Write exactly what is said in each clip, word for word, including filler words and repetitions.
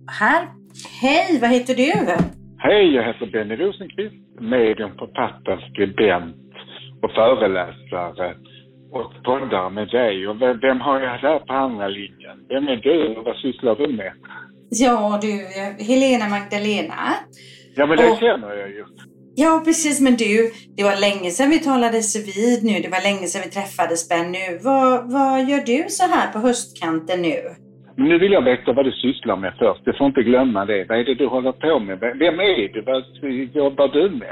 här. Hej, vad heter du? Hej, jag heter Benny Rosenqvist, medium, författare, skribent och föreläsare och poddare med dig. Och vem, vem har jag där på andra linjen? Vem är du och vad sysslar du med? Ja du, Helena Magdalena. Ja, men det och... känner jag ju. Ja, precis. Men du, det var länge sedan vi talades vid nu. Det var länge sedan vi träffades, Ben, nu. Vad, vad gör du så här på höstkanten nu? Men nu vill jag veta vad du sysslar med först. Du får inte glömma det. Vad är det du håller på med? Vem är du? Vad jobbar du med?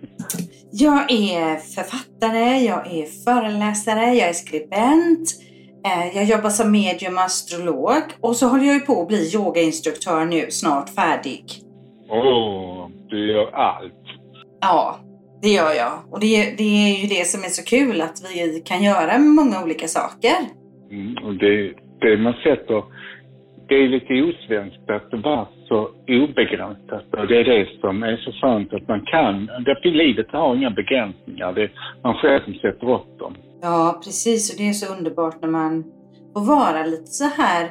Jag är författare, jag är föreläsare, jag är skribent. Jag jobbar som medium och astrolog. Och så håller jag ju på att bli yogainstruktör nu, snart färdig. Åh, oh, du gör allt. Ja, det gör jag. Och det, det är ju det som är så kul, att vi kan göra många olika saker. Mm, och det, det man sätter, det är lite osvenskt att vara så obegränsat. Och det är det som är så skönt att man kan. Det, livet har inga begränsningar. Det är man själv som sätter upp dem. Ja, precis. Och det är så underbart när man får vara lite så här...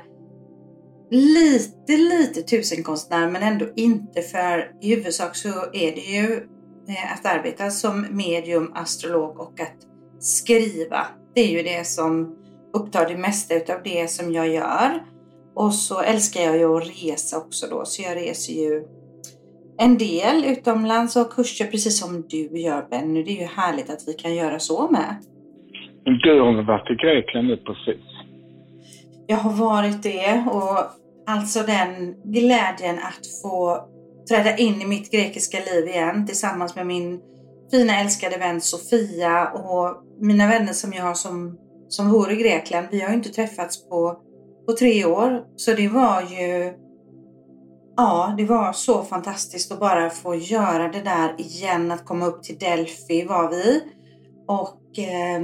Lite, lite tusenkonstnär, men ändå inte, för i huvudsak så är det ju att arbeta som medium, astrolog och att skriva. Det är ju det som upptar det mesta av det som jag gör. Och så älskar jag ju att resa också då, så jag reser ju en del utomlands och kurser precis som du gör, Ben. Det är ju härligt att vi kan göra så med. Du har varit i Grekland nu precis. Jag har varit det, och alltså den glädjen att få träda in i mitt grekiska liv igen tillsammans med min fina älskade vän Sofia och mina vänner som jag har som, som bor i Grekland. Vi har ju inte träffats på, på tre år, så det var ju, ja, det var så fantastiskt att bara få göra det där igen, att komma upp till Delphi var vi, och eh,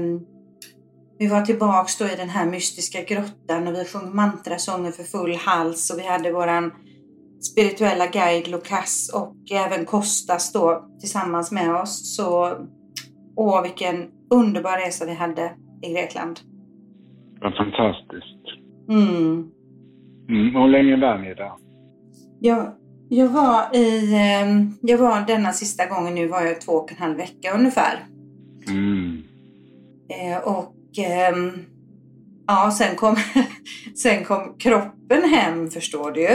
vi var tillbaks då i den här mystiska grottan och vi sjöng mantrasånger för full hals, och vi hade våran spirituella guide Lukas och även Kostas då tillsammans med oss. Så åh, vilken underbar resa vi hade i Grekland. Det var fantastiskt. Mm. Mm, hur länge var ni där? Jag, jag var i, jag var denna sista gången nu var jag två och en halv vecka ungefär. Mm. Eh, och eh, ja, sen kom, sen kom kroppen hem, förstår du.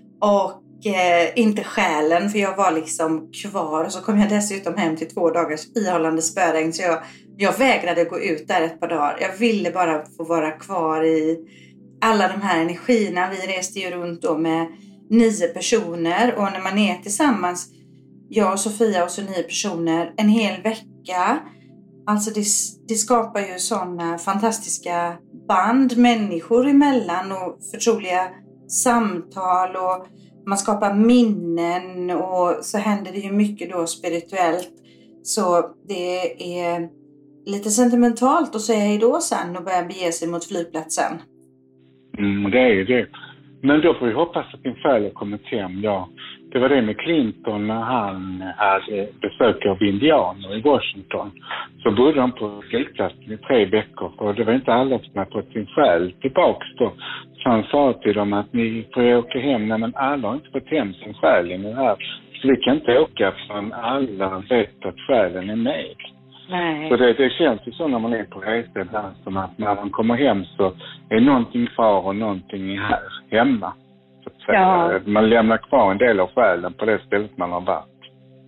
Och eh, inte själen, för jag var liksom kvar. Och så kom jag dessutom hem till två dagars ihållande spöregn. Så jag, jag vägrade gå ut där ett par dagar. Jag ville bara få vara kvar i alla de här energierna. Vi reste ju runt då med nio personer. Och när man är tillsammans, jag och Sofia och så nio personer, en hel vecka. Alltså det, det skapar ju sådana fantastiska band människor emellan och förtroliga samtal, och man skapar minnen, och så händer det ju mycket då spirituellt. Så det är lite sentimentalt att säga hejdå sen och börja bege sig mot flygplatsen. Mm, det är ju det. Men då får vi hoppas att din själ har kommit hem. Ja, det var det med Clinton när han hade besök av indianer i Washington. Så bodde han på flygplatsen i tre veckor. Och det var inte alla som hade fått sin själ tillbaks då. Så han sa till dem att ni får åka hem. Nej, men alla har inte fått hem sin själ i det här. Så vi kan inte åka förrän alla vet att själen är med. Nej. Så det, det känns ju så när man är på resa ibland, som att när man kommer hem så är någonting kvar och någonting här hemma. Så att Ja. Man lämnar kvar en del av själen på det stället man har varit.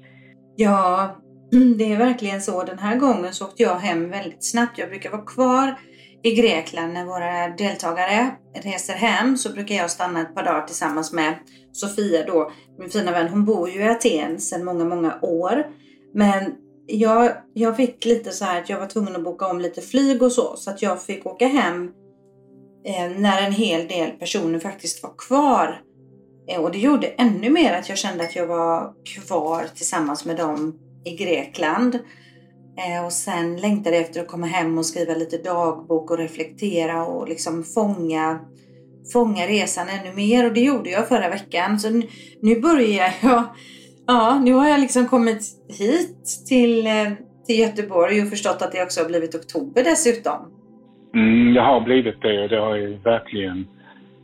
Ja, det är verkligen så. Den här gången så åkte jag hem väldigt snabbt. Jag brukar vara kvar i Grekland när våra deltagare reser hem. Så brukar jag stanna ett par dagar tillsammans med Sofia då, min fina vän. Hon bor ju i Aten sedan många, många år. Men jag, jag fick lite så här att jag var tvungen att boka om lite flyg och så. Så att jag fick åka hem eh, när en hel del personer faktiskt var kvar. Eh, och det gjorde ännu mer att jag kände att jag var kvar tillsammans med dem i Grekland. Eh, och sen längtade jag efter att komma hem och skriva lite dagbok och reflektera och liksom fånga, fånga resan ännu mer. Och det gjorde jag förra veckan. Så nu, nu börjar jag... Ja, nu har jag liksom kommit hit till, till Göteborg och förstått att det också har blivit oktober dessutom. Mm, det har blivit det, och det har ju verkligen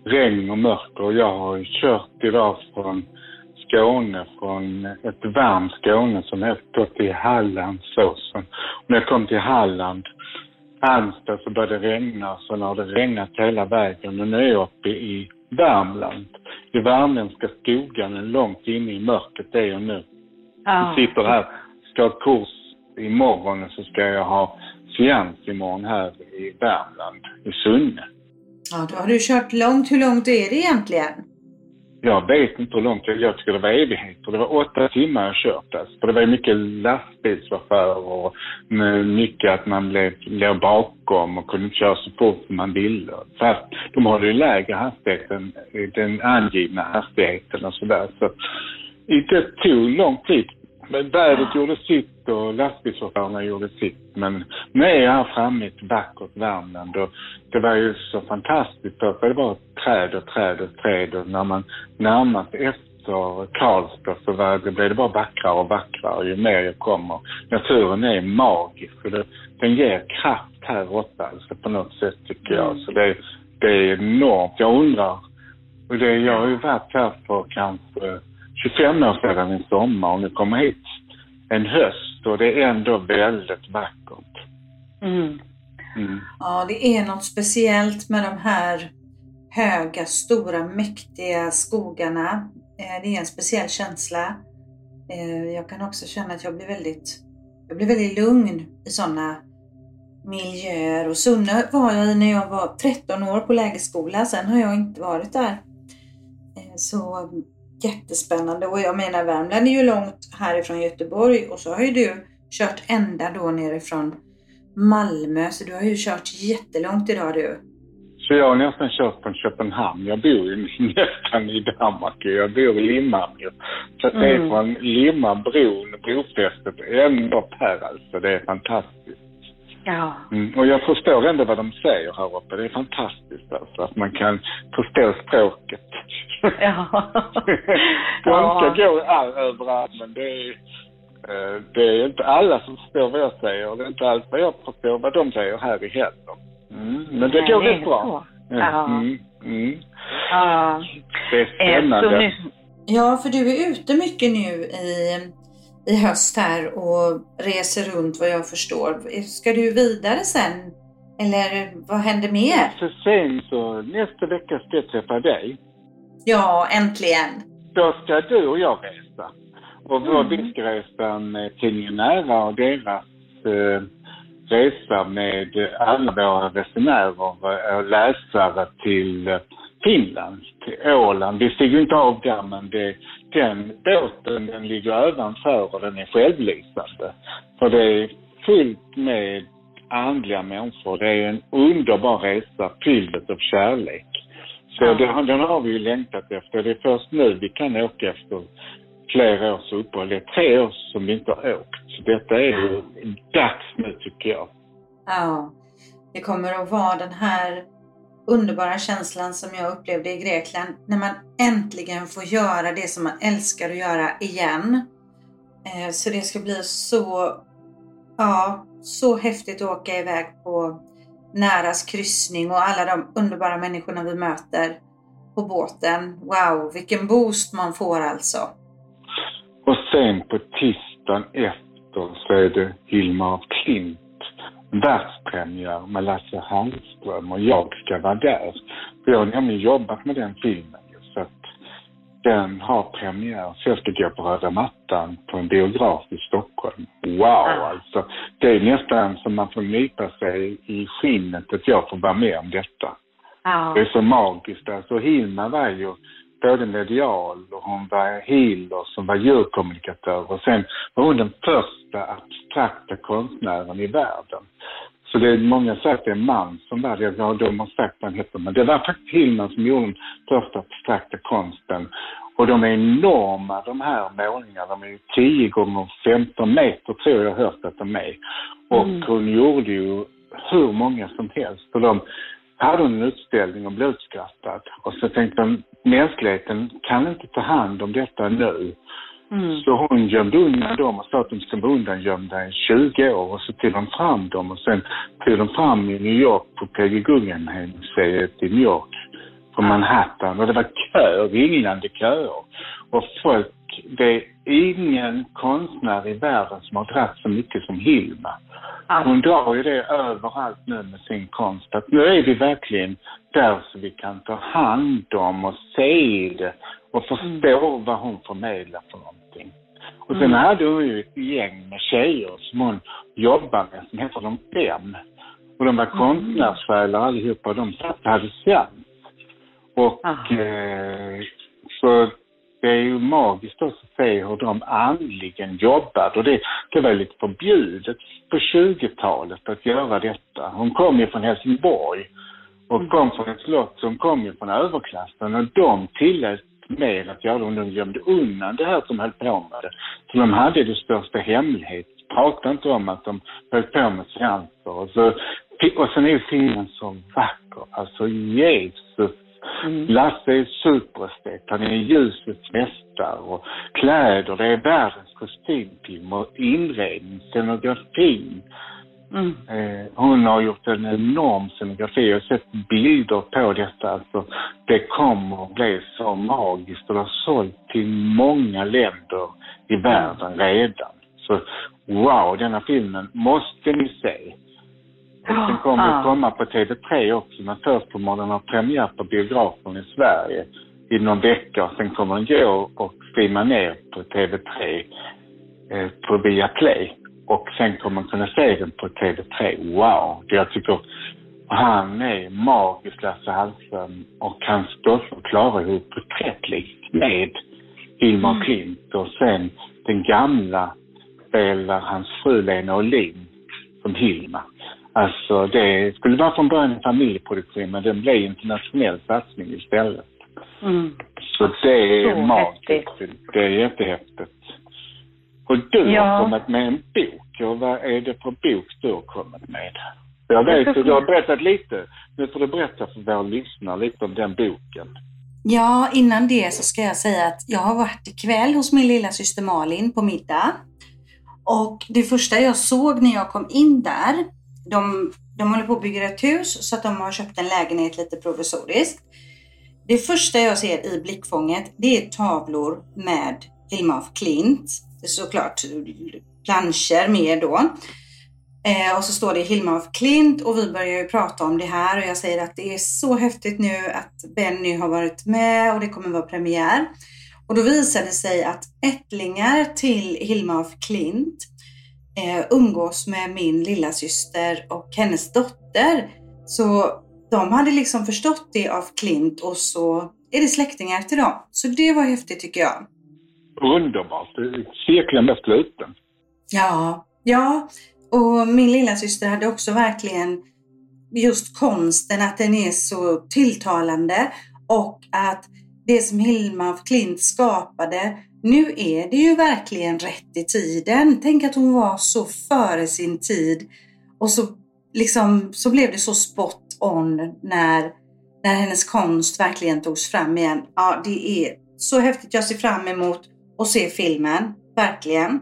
regn och mörker. Och jag har kört idag från Skåne, från ett varmt Skåne som efter till Hallandsåsen. Och när jag kom till Halland, Halmstad, så började det regna. Så har det regnat hela vägen. Och nu är jag uppe i Värmland. I värmländska skogarna långt inne i mörkret är jag nu. Ja. Jag sitter här, ska ha kurs imorgon och så ska jag ha seans imorgon här i Värmland, i Sunne. Ja, då har du kört långt. Hur långt är det egentligen? Jag vet inte hur långt, jag tycker det var evigheter. Det var åtta timmar jag kört alltså. För det var mycket lastbilschaufförer och mycket att man blev, blev bakom och kunde inte köra så fort som man ville. Fast de hade ju lägre hastighet än den angivna hastigheten och sådär. Så det tog lång tid. Men vädret gjorde sitt och lastbilschaufförerna gjorde sitt. Men nu är jag här framme i ett vackert Värmland och det var ju så fantastiskt. För det var träd och träd och träd och när man närmast efter Karlstad så var det, blev det bara vackrare och vackrare ju mer jag kommer. Naturen är magisk och det, den ger kraft här uppe alltså på något sätt tycker jag. Så det, det är enormt. Jag undrar, och det, jag har ju varit här för kanske tjugofem år sedan i sommar och nu kommer hit en höst och det är ändå väldigt vackert. Mm. Mm. Ja, det är något speciellt med de här höga, stora, mäktiga skogarna. Det är en speciell känsla. Jag kan också känna att jag blir väldigt, jag blir väldigt lugn i sådana miljöer. Och Sunne var jag i när jag var tretton år på lägerskola. Sen har jag inte varit där. Så jättespännande. Och jag menar, Värmland är ju långt härifrån Göteborg. Och så har ju du kört ända då nerifrån Malmö. Så du har ju kört jättelångt idag du. Så jag har nästan kört från Köpenhamn. Jag bor ju nästan i Danmark. Jag bor i Limhamn. Så det är mm. från Limhamn-bron, brofästet, ända upp här alltså. Det är fantastiskt. Ja. Mm. Och jag förstår ändå vad de säger här uppe. Det är fantastiskt alltså. Att man kan förstå språket. Ja. Man ska gå all, överallt, men det är, det är inte alla som förstår vad jag säger. Det är inte alls vad jag förstår vad de säger här i heller. Mm. Men det Nej, går det rätt bra. Ja. Mm. Mm. Ja. Det är spännande. Nu, ja, för du är ute mycket nu i, i höst här och reser runt vad jag förstår. Ska du vidare sen? Eller vad händer mer? Så sen så nästa vecka ska jag träffa dig. Ja, äntligen. Då ska du och jag resa. Och vår mm. vi ska resa med Tidningen Nära och deras eh, resa med alla våra resenärer och läsare till Finland, till Åland. Vi stiger inte av där, men det, den båten den ligger ovanför och den är självlysande. För det är fullt med andliga människor. Det är en underbar resa fylld av kärlek. Så det, den har vi ju längtat efter. Det är först nu vi kan åka efter flera års uppehåll. Det är tre år som vi inte har åkt. Så detta är ju dags nu tycker jag. Ja, det kommer att vara den här underbara känslan som jag upplevde i Grekland. När man äntligen får göra det som man älskar att göra igen. Så det ska bli så, ja, så häftigt att åka iväg på Näras kryssning och alla de underbara människorna vi möter på båten. Wow, vilken boost man får alltså. Och sen på tisdagen efter så är det Hilma af Klint världspremiär med Lasse Hallström och jag ska vara där. För jag har nämligen jobbat med den filmen så att den har premiär. Så jag ska gå på röda mattan på en biograf i Stockholm. Wow, ah. alltså. Det är nästan som man får nypa sig i skinnet att jag får vara med om detta. Ah. Det är så magiskt. Alltså Hilma var ju både medial och hon var healer som var djurkommunikatör. Och sen var hon den första abstrakta konstnären i världen. Så det är många sagt att det är en man som var det. Ja, de har sagt vad han heter. Men det var faktiskt Hilma som gjorde den första abstrakta konsten. Och de är enorma, de här målningarna. De är tio gånger femton meter tror jag har hört att de är. Och mm. hon gjorde ju hur många som helst. Och de hade en utställning och blev utskrattad. Och så tänkte de, mänskligheten kan inte ta hand om detta nu. Mm. Så hon gömde undan dem och sa att de ska vara undangömda i tjugo år. Och så tog de fram dem och sen tog de fram i New York på P G Guggenheim-museet i New York på Manhattan. Och det var köer, ringlande köer. Och folk, det är ingen konstnär i världen som har dratt så mycket som Hilma. Hon drar ju det överallt nu med sin konst. Att nu är vi verkligen där så vi kan ta hand om och se det och förstå mm. vad hon förmedlar för någonting. Och sen mm. hade hon ju ett gäng med tjejer som hon jobbar med som heter de fem. Och de var mm. konstnärsfäller allihopa och de satt och hade seans. Och eh, så det är ju magiskt också att se hur de andligen jobbade. Och det, det var lite förbjudet på tjugotalet att göra detta. Hon kom ju från Helsingborg och kom från ett slott som kom ju från överklassen. Och de tillät mer att göra det. De gömde undan det här som höll på med det. Så de hade det största hemlighet. Pratade inte om att de höll på med seanser. Och, så, och sen är ju filmen så vacker. Alltså Jesus. Mm. Lasse är superestet, han är ljusets mästare och kläder, det är världens kostymfilm och inredning, scenografi. Mm. Eh, hon har gjort en enorm scenografi. Jag har sett bilder på detta. Alltså, det kommer att bli så magiskt och det har sålt till många länder i världen mm. redan. Så wow, denna filmen måste ni se. Oh, den kommer ah. att komma på T V tre också, men först kommer den ha premiär på biografen i Sverige i någon vecka. Sen kommer den gå och streama ner på T V tre eh, på Viaplay. Och sen kommer man kunna se den på T V tre. Wow, det jag tycker han är magisk, Lasse Hallström, och hans dotter klarar hur porträttlikt med Hilma mm. Klint. Och sen den gamla spelar hans fru Lena Olin som Hilma. Alltså det skulle vara från början en familjeproduktion, men den blev internationell satsning istället. Mm. Så det är så magiskt. Häftigt. Det är jättehäftigt. Och du ja. har kommit med en bok. Och vad är det för bok du har kommit med? Jag vet att du har berättat lite. Nu får du berätta för våra lyssnare lite om den boken. Ja, innan det så ska jag säga att jag har varit ikväll hos min lilla syster Malin på middag. Och det första jag såg när jag kom in där, de, de håller på att bygga ett hus så att de har köpt en lägenhet lite provisoriskt. Det första jag ser i blickfånget, det är tavlor med Hilma af Klint. Det är såklart planscher med då. Eh, och så står det Hilma af Klint och vi börjar ju prata om det här. Och jag säger att det är så häftigt nu att Benny har varit med och det kommer vara premiär. Och då visade det sig att ättlingar till Hilma af Klint eh, umgås med min lilla syster och hennes dotter. Så de hade liksom förstått det av Klint och så är det släktingar till dem. Så det var häftigt tycker jag. Underbart. Cirkeln är sluten. Ja, ja. Och min lilla syster hade också verkligen just konsten att den är så tilltalande och att det som Hilma af Klint skapade, nu är det ju verkligen rätt i tiden. Tänk att hon var så före sin tid och så, liksom, så blev det så spot on när, när hennes konst verkligen togs fram igen. Ja, det är så häftigt. Jag ser fram emot att se filmen, verkligen.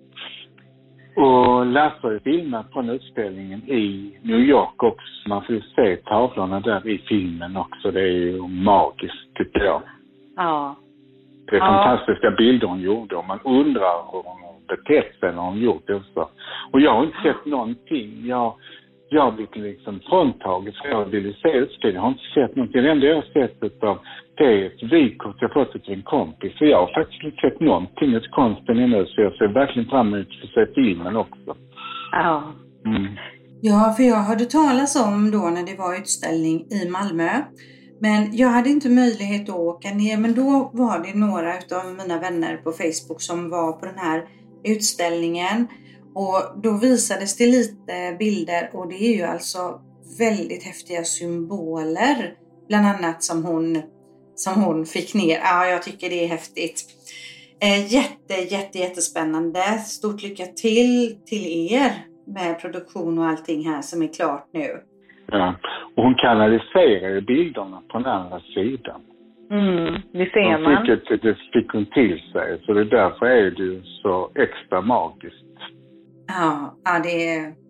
Och Lasse har filmat från utställningen i New York också. Man får ju se tavlorna där i filmen också. Det är ju magiskt tycker jag. Ja. Det är ja. fantastiska bilder hon gjorde och man undrar hur hon har betett sig när hon gjort det också. Och jag har inte sett någonting. Jag, jag har blivit liksom fråntaget för jag ville se utställningen. Jag har inte sett någonting. Det enda jag har sett av det är ett vykort jag fått till en kompis. För jag har faktiskt inte sett någonting av konsten ännu. Så jag ser verkligen fram emot att se filmen också. Ja. Mm. Ja, för jag hörde talas om då när det var utställning i Malmö. Men jag hade inte möjlighet att åka ner. Men då var det några av mina vänner på Facebook som var på den här utställningen. Och då visades det lite bilder. Och det är ju alltså väldigt häftiga symboler. Bland annat som hon, som hon fick ner. Ja, jag tycker det är häftigt. Eh, jätte, jätte, jättespännande. Stort lycka till till er med produktion och allting här som är klart nu. Ja, och hon kanaliserar ju bilderna på den andra sidan. Mm, det ser hon man. Fick ett, det fick hon till sig, så det därför är det ju så extra magiskt. Ja, ja det, är,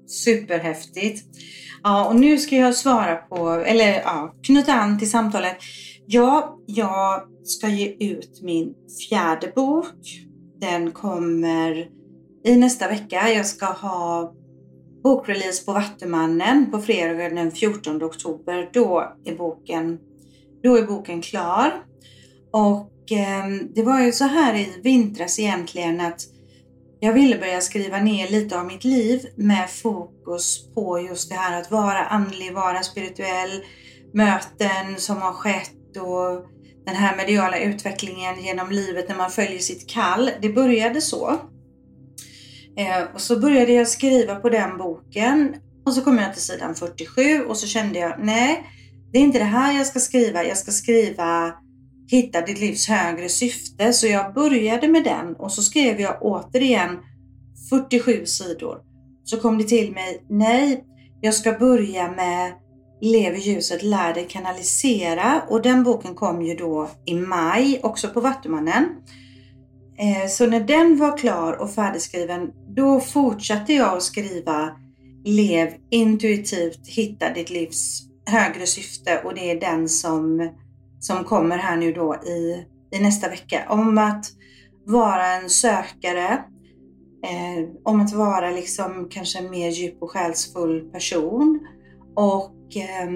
superhäftigt. Ja, och nu ska jag svara på, eller ja, knyta an till samtalet. Ja, jag ska ge ut min fjärde bok. Den kommer i nästa vecka. Jag ska ha bokrelease på Vattumannen på fredag den fjortonde oktober. Då är boken, då är boken klar. Och eh, det var ju så här i vintras egentligen att jag ville börja skriva ner lite av mitt liv med fokus på just det här att vara andlig, vara spirituell, möten som har skett och den här mediala utvecklingen genom livet när man följer sitt kall. Det började så. Eh, och så började jag skriva på den boken och så kom jag till sidan fyrtiosju och så kände jag, nej, det är inte det här jag ska skriva. Jag ska skriva Hitta ditt livs högre syfte. Så jag började med den och så skrev jag återigen fyrtiosju sidor. Så kom det till mig, nej, jag ska börja med Lev i ljuset, lär dig kanalisera. Och den boken kom ju då i maj, också på Vattumannen. Eh, så när den var klar och färdigskriven, då fortsatte jag att skriva Lev intuitivt, hitta ditt livs högre syfte. Och det är den som, som kommer här nu då i, i nästa vecka. Om att vara en sökare. Eh, om att vara liksom kanske en mer djup och själsfull person. Och eh,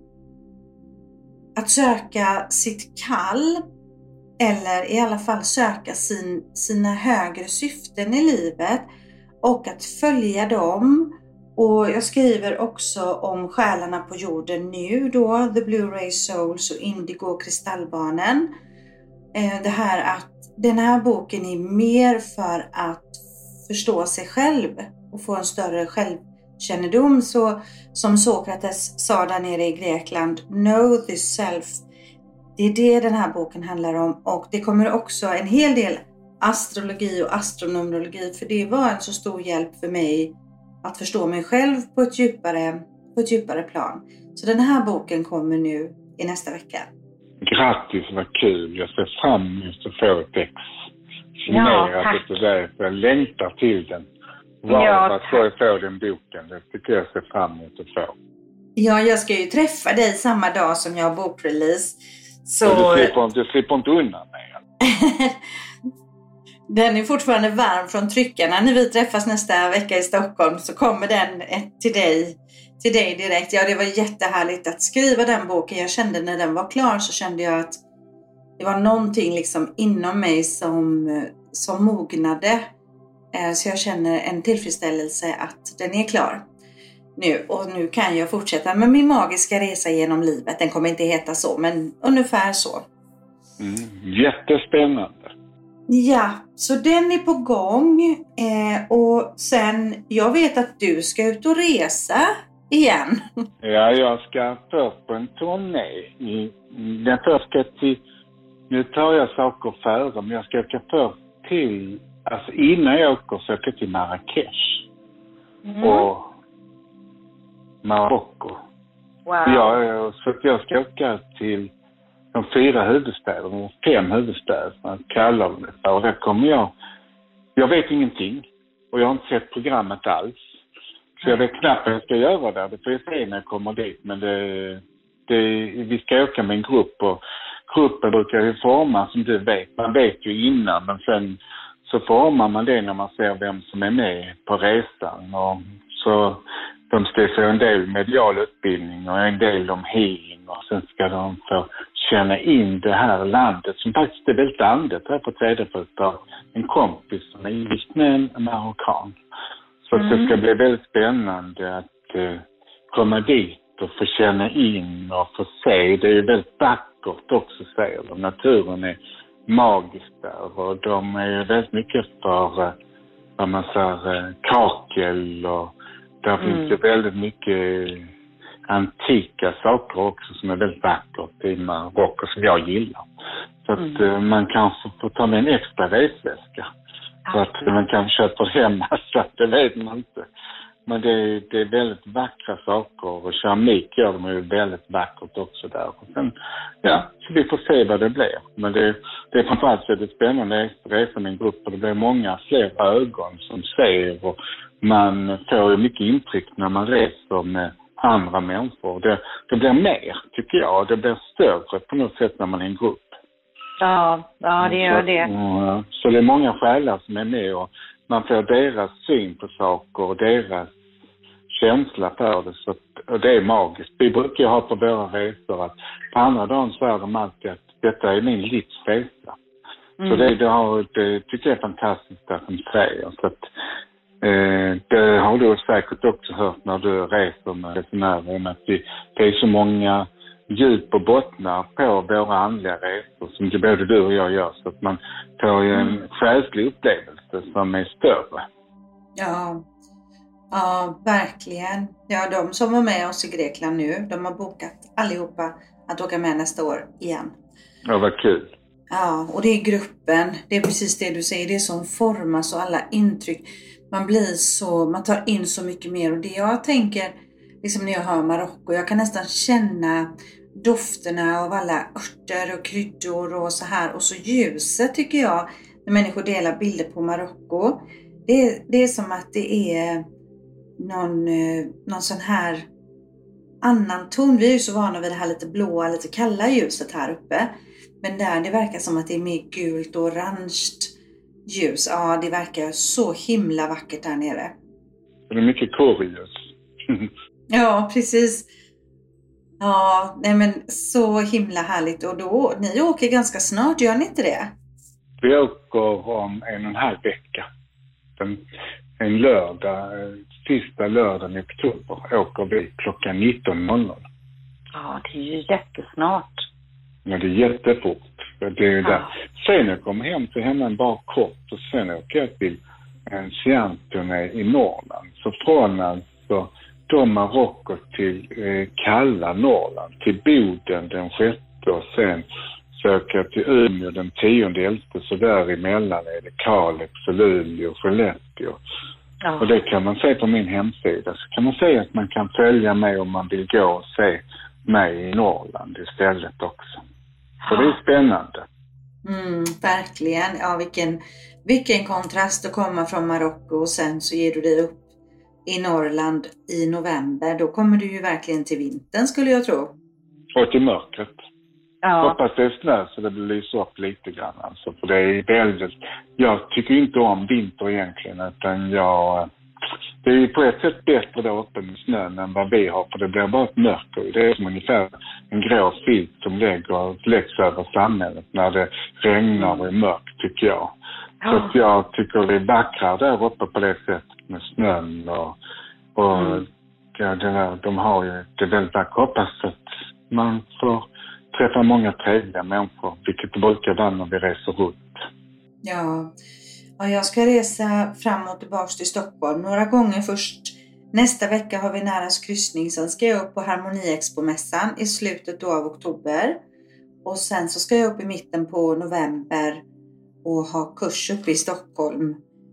att söka sitt kall. Eller i alla fall söka sin, sina högre syften i livet. Och att följa dem. Och jag skriver också om själarna på jorden nu då. The Blue Ray Souls och Indigo Kristallbarnen. Eh, det här att den här boken är mer för att förstå sig själv. Och få en större självkännedom. Så som Sokrates sa där nere i Grekland. Know thyself. Det är det den här boken handlar om. Och det kommer också en hel del astrologi och astronomologi. För det var en så stor hjälp för mig att förstå mig själv på ett djupare, på ett djupare plan. Så den här boken kommer nu i nästa vecka. Grattis, vad kul. Jag ser fram emot att få ett ex signerat och sådär. Jag längtar till den. Wow, ja, att få, få den boken. Det tycker jag ser fram emot att få. Ja, jag ska ju träffa dig samma dag som jag har bokrelease. Så... Du, slipper, du slipper inte undan mig. Den är fortfarande varm från tryckarna. När vi träffas nästa vecka i Stockholm så kommer den till dig, till dig direkt. Ja, det var jättehärligt att skriva den boken. Jag kände när den var klar så kände jag att det var någonting liksom inom mig som, som mognade. Så jag känner en tillfredsställelse att den är klar nu. Och nu kan jag fortsätta med min magiska resa genom livet. Den kommer inte heta så, men ungefär så. Mm, jättespännande. Ja, så den är på gång. Eh, och sen, jag vet att du ska ut och resa igen. Ja, jag ska först på en turné. Den första till, nu tar jag saker före, men jag ska åka först till, alltså innan jag åker så åker jag till Marrakesh. Mm. Och Marocko. Wow. Ja, så att jag ska åka till de fyra huvudstäderna, fem huvudstäder, man kallar det. Och där kommer jag, jag vet ingenting. Och jag har inte sett programmet alls. Så jag vet knappt vad jag ska göra där. Det får jag se när jag kommer dit. Men det, det, vi ska åka med en grupp. Och gruppen brukar ju forma som du vet. Man vet ju innan. Men sen så formar man det när man ser vem som är med på resan. Och så de ska få en del medial utbildning och en del om healing. Och sen ska de få känna in det här landet som faktiskt är väldigt andet här på Trädeföt av en kompis som är gift med en marockan. Så mm. det ska bli väldigt spännande att uh, komma dit och få känna in och få se. Det är ju väldigt vackert också, säger de. Naturen är magisk där och de är ju väldigt mycket för uh, vad man säger, uh, kakel och där mm. finns ju väldigt mycket antika saker också som är väldigt vackert i Marocko som jag gillar. Så att mm. uh, man kanske får ta med en extra resväska. Så att man kan köpa hem massa, det vet man inte. Men det, det är väldigt vackra saker och keramik gör de ju väldigt vackert också där. Och sen, ja, så vi får se vad det blir. Men det, det är framförallt väldigt spännande att resa med en grupp och det blir många fler ögon som ser och man får ju mycket intryck när man reser med andra människor. Det, det blir mer, tycker jag. Det blir större på något sätt när man är en grupp. Ja, ja det gör det. Så, så det är många själar som är med och man får deras syn på saker och deras känsla för det. Så och det är magiskt. Vi brukar ju ha på våra resor att på andra dagen så är de alltid att detta är min livsresa. Mm. Så det, det, har, det tycker jag är fantastiskt att de säger. Så att, eh, det har du säkert också hört när du reser med resenärer. Att det, det är så många djup och bottnar på våra andliga resor som det både du och jag gör. Så att man får en mm. själslig upplevelse som är större. Ja, ja, verkligen. Ja, de som var med oss i Grekland nu, de har bokat allihopa att åka med nästa år igen. Ja, vad kul. Ja, och det är gruppen. Det är precis det du säger. Det är som formas och alla intryck. Man blir så, man tar in så mycket mer. Och det jag tänker, liksom när jag hör Marocko, jag kan nästan känna dofterna av alla örter och kryddor och så här. Och så ljuset tycker jag, när människor delar bilder på Marocko. Det är, det är som att det är någon, någon sån här annan ton. Vi är ju så vana vid det här lite blåa, lite kalla ljuset här uppe. Men där det verkar som att det är mer gult och orange ljus. Ja, det verkar så himla vackert där nere. Det är mycket korljus. Ja, precis. Ja, nej men så himla härligt. Och då, ni åker ganska snart, gör ni inte det? Vi åker om en och en halv vecka. En, en lördag, sista lördagen i oktober åker vi klockan nitton noll noll. Ja, det är ju jättesnart. Ja, det är jättefort. Det är ja. Där. Sen när jag kommer hem så händer en bara kort och sen åker jag till en seansturné i Norrland. Så från alltså då Marocko till eh, kalla Norrland, till Boden den sjätte och sen söker jag till Umeå den tionde elfte, så däremellan är det Kalix och Luleå och Skellefteå. Ja. Och det kan man se på min hemsida. Så kan man säga att man kan följa mig om man vill gå och se mig i Norrland istället också. Så det är spännande. Mm, verkligen. Ja, vilken, vilken kontrast att komma från Marocko och sen så ger du dig upp i Norrland i november. Då kommer du ju verkligen till vintern skulle jag tro. Och till mörkret. Ja. Hoppas det är snö så det lyser upp lite grann. Alltså, för det är väldigt... Jag tycker inte om vinter egentligen utan jag... Det är på ett sätt bättre där uppe med snön än vad vi har, för det blir bara ett mörker. Det är som ungefär en grå filt som lägger, läggs över samhället när det regnar och är mörkt, tycker jag. Ja. Så att jag tycker det är vackrare där uppe på det sättet med snön och, och mm. ja, det där, de har ju det väldigt vackert. Hoppas att man får träffa många trevliga människor, vilket det brukar vara när vi reser runt. Ja. Ja, jag ska resa fram och tillbaka till Stockholm några gånger först. Nästa vecka har vi Näras kryssning. Sen ska jag upp på Harmoniexpo-mässan i slutet av oktober. Och sen så ska jag upp i mitten på november och ha kurs uppe i Stockholm.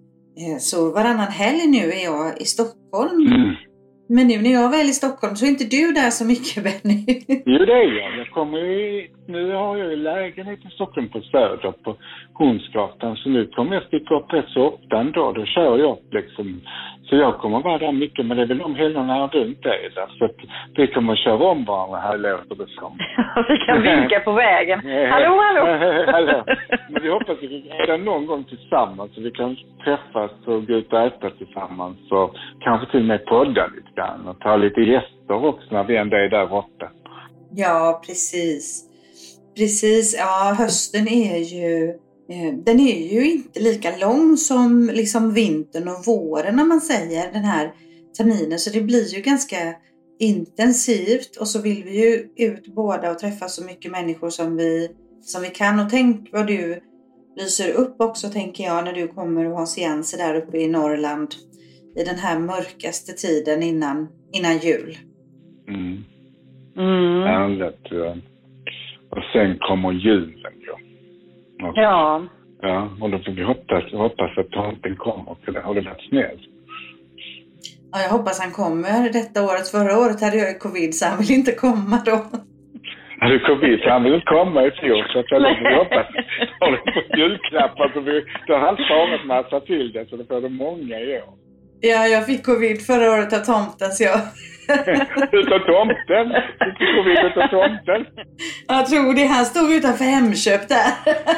Så varannan helg nu är jag i Stockholm. Mm. Men nu när jag är väl i Stockholm så är inte du där så mycket, Benny. Jo, det är jag. Jag kommer ju, nu har jag ju lägenhet i Stockholm på Söder på Hornsgatan. Så nu kommer jag sticka upp rätt så ofta ändå. Då kör jag liksom. Så jag kommer vara där mycket. Men det är väl de helgerna när du inte är där. Så att vi kommer att köra om varandra här, låter det som. Vi kan vinka på vägen. Hallå, hallå. Hallå. Men vi hoppas att vi kan någon gång tillsammans. Så vi kan träffas och gå ut och äta tillsammans. Så kanske till och med podda lite grann. Och ta lite gäster också när vi ändå är där borta. Ja, precis. Precis. Ja, hösten är ju... Den är ju inte lika lång som liksom vintern och våren när man säger den här terminen. Så det blir ju ganska intensivt. Och så vill vi ju ut båda och träffa så mycket människor som vi, som vi kan. Och tänk vad du lyser upp också, tänker jag, när du kommer och har seanser där uppe i Norrland. I den här mörkaste tiden innan, innan jul. Mm. Mm. Härligt, ja. Och sen kommer julen ju. Och, ja. Ja, och då får vi hoppas, hoppas att tomten kommer, för det har det varit snällt. Ja, jag hoppas han kommer detta året. Förra året hade jag covid så han vill inte komma då. Han hade covid så han vill inte komma i fjol, så att jag hoppas har du fått julklappar så vi, då har han sparat massa till det, så det får det många i år. Ja, jag fick covid förra året av tomten, så jag... Utav tomten? Du fick covid utav tomten? Jag tror det. Han stod utanför Hemköp där.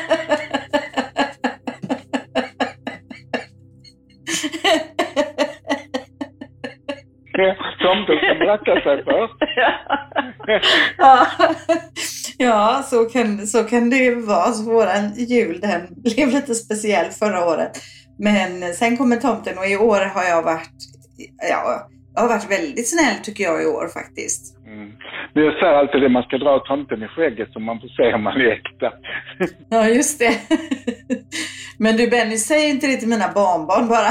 Tomten som brackar sig för. Ja, ja så, kan, så kan det vara. Så våran jul, den blev lite speciell förra året. Men sen kommer tomten, och i år har jag varit, ja, jag har varit väldigt snäll tycker jag i år faktiskt. Mm. Men jag säger alltid det, man ska dra tomten i skägget så man får se om man är äkta. Ja, just det. Men du Benny, säg inte det till mina barnbarn bara.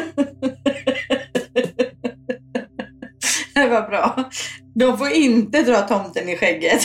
Det var bra. De får inte dra tomten i skägget.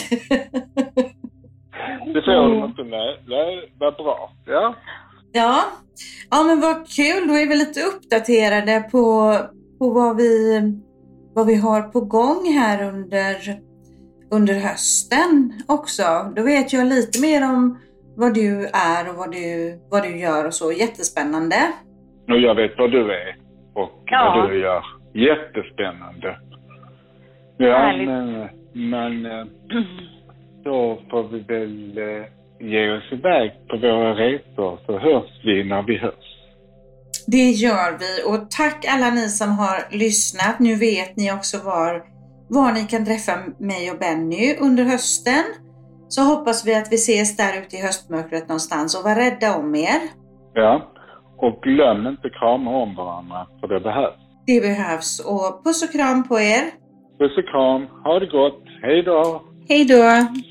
Det får de inte, nej. Det var bra, ja. Ja. Ja, men vad kul. Då är vi lite uppdaterade på, på vad, vi, vad vi har på gång här under, under hösten också. Då vet jag lite mer om vad du är och vad du, vad du gör och så. Jättespännande. Och jag vet vad du är och Ja. vad du gör. Jättespännande. Ja, Härligt. men, men eh, då får vi väl eh, ge oss iväg på våra resor, så hörs vi när vi hörs. Det gör vi, och tack alla ni som har lyssnat. Nu vet ni också var, var ni kan träffa mig och Benny under hösten. Så hoppas vi att vi ses där ute i höstmörkret någonstans, och var rädda om er. Ja, och glöm inte krama om varandra, för det behövs. Det behövs, och puss och kram på er. Puss och kram, ha det gott, hej då! Hej då!